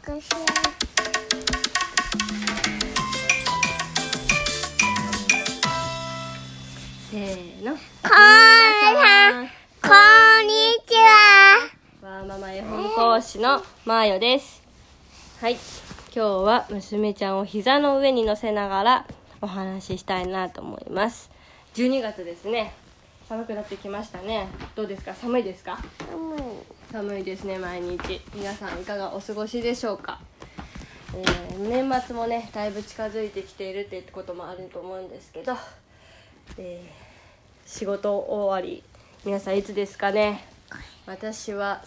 かしせーの。 こんにちは。 わーママ絵本講師のまーよです。はい、今日は娘ちゃんを膝の上に乗せながらお話ししたいなと思います。12月ですね。寒くなってきましたね。どうですか？寒いですか？寒いですね。毎日皆さんいかがお過ごしでしょうか？年末もねだいぶ近づいてきているってこともあると思うんですけど、仕事終わり皆さんいつですかね？私は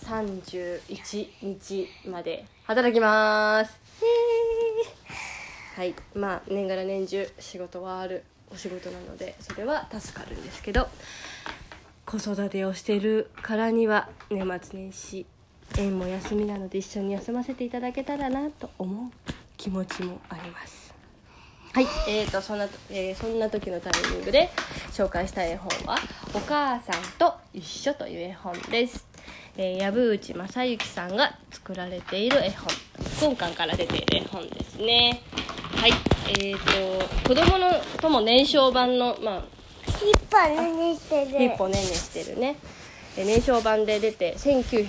31日まで働きます。はい、まあ年がら年中仕事はあるお仕事なのでそれは助かるんですけど、子育てをしているからには年末年始園も休みなので一緒に休ませていただけたらなと思う気持ちもあります。はい、そんな時のタイミングで紹介したい絵本はお母さんと一緒という絵本です。藪内正幸さんが作られている絵本、今巻から出ている絵本ですね。はい、子供のとも年少版の一歩ねねしてるね。年少版で出て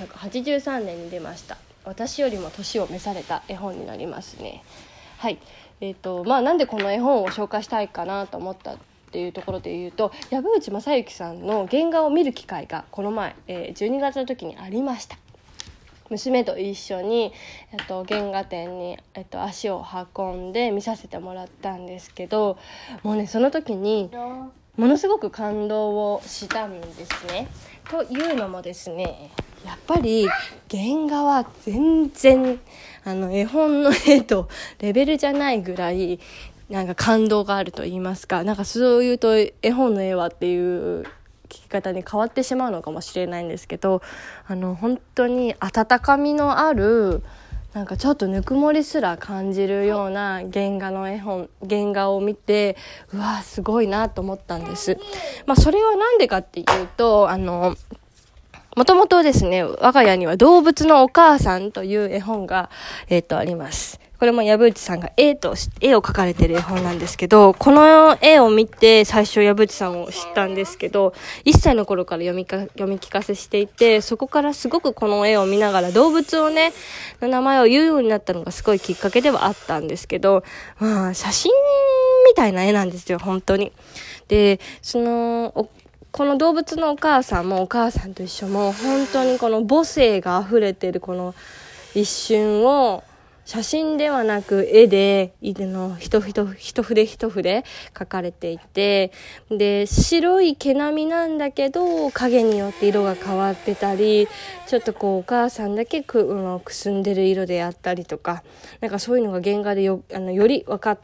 1983年に出ました。私よりも年を召された絵本になりますね。はい、なんでこの絵本を紹介したいかなと思ったっていうところで言うと、藪内正幸さんの原画を見る機会がこの前、12月の時にありました。娘と一緒に、原画展に、足を運んで見させてもらったんですけど、もうねその時にものすごく感動をしたんですね。というのもですね、やっぱり原画は全然絵本の絵とレベルじゃないぐらいなんか感動があると言いますか、なんかそういうと絵本の絵はっていう聞き方に変わってしまうのかもしれないんですけど、本当に温かみのあるなんかちょっとぬくもりすら感じるような原画を見て、うわすごいなと思ったんです。それはなんでかっていうと、もともとですね、我が家には動物のお母さんという絵本が、あります。これも藪内さんが絵を描かれている絵本なんですけど、この絵を見て最初藪内さんを知ったんですけど、1歳の頃から読み聞かせしていて、そこからすごくこの絵を見ながら動物をね、の名前を言うようになったのがすごいきっかけではあったんですけど、写真みたいな絵なんですよ、本当に。で、この動物のお母さんもお母さんと一緒も本当にこの母性が溢れてるこの一瞬を写真ではなく絵で一筆一筆描かれていて、で白い毛並みなんだけど影によって色が変わってたり、ちょっとこうお母さんだけくすんでる色であったりとか、なんかそういうのが原画でより分かって、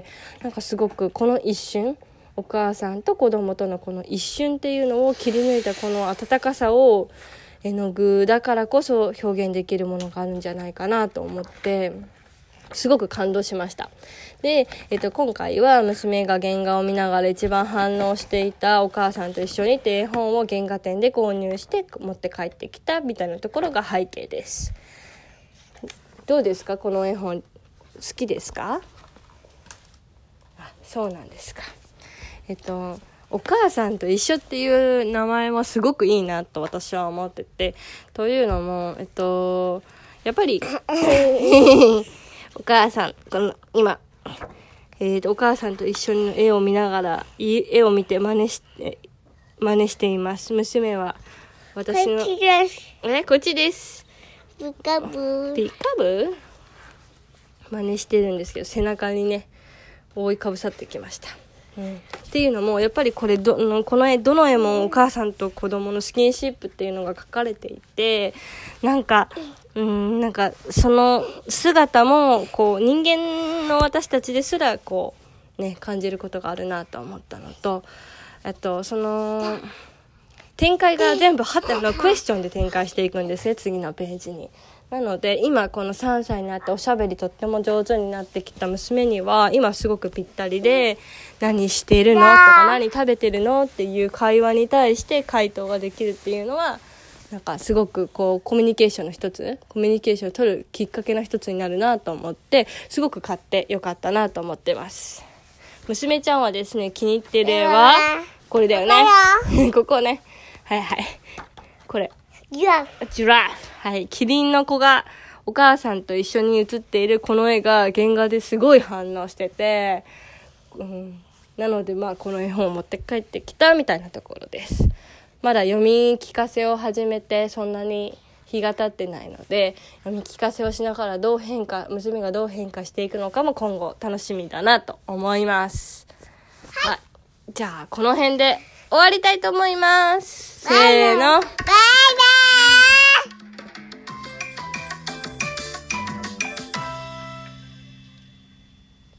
なんかすごくこの一瞬、お母さんと子供とのこの一瞬っていうのを切り抜いたこの温かさを絵の具だからこそ表現できるものがあるんじゃないかなと思ってすごく感動しました。で、今回は娘が原画を見ながら一番反応していたお母さんと一緒にって絵本を原画展で購入して持って帰ってきたみたいなところが背景です。どうですか？この絵本好きですか？そうなんですか。お母さんと一緒っていう名前はすごくいいなと私は思ってて、というのもやっぱりお母さん今お母さんと一緒に絵を見ながら絵を見て真似しています。娘は私のこっちです。 ピカブ真似してるんですけど、背中にね覆いかぶさってきました。っていうのもやっぱりこの絵どの絵もお母さんと子供のスキンシップっていうのが描かれていて、なんかその姿もこう人間の私たちですらこうね感じることがあるなと思ったのと、あとその展開が全部クエスチョンで展開していくんですね、次のページに。なので今この3歳になっておしゃべりとっても上手になってきた娘には今すごくぴったりで、何してるのとか何食べてるのっていう会話に対して回答ができるっていうのはなんかすごくこうコミュニケーションを取るきっかけの一つになるなと思って、すごく買ってよかったなと思ってます。娘ちゃんはですね、気に入ってる絵はこれだよね。ここね、はいはい、これジュラフ、はい、キリンの子がお母さんと一緒に写っているこの絵が原画ですごい反応してて、なのでこの絵本を持って帰ってきたみたいなところです。まだ読み聞かせを始めてそんなに日が経ってないので、読み聞かせをしながら娘がどう変化していくのかも今後楽しみだなと思います。はい、じゃあこの辺で終わりたいと思います。せーの。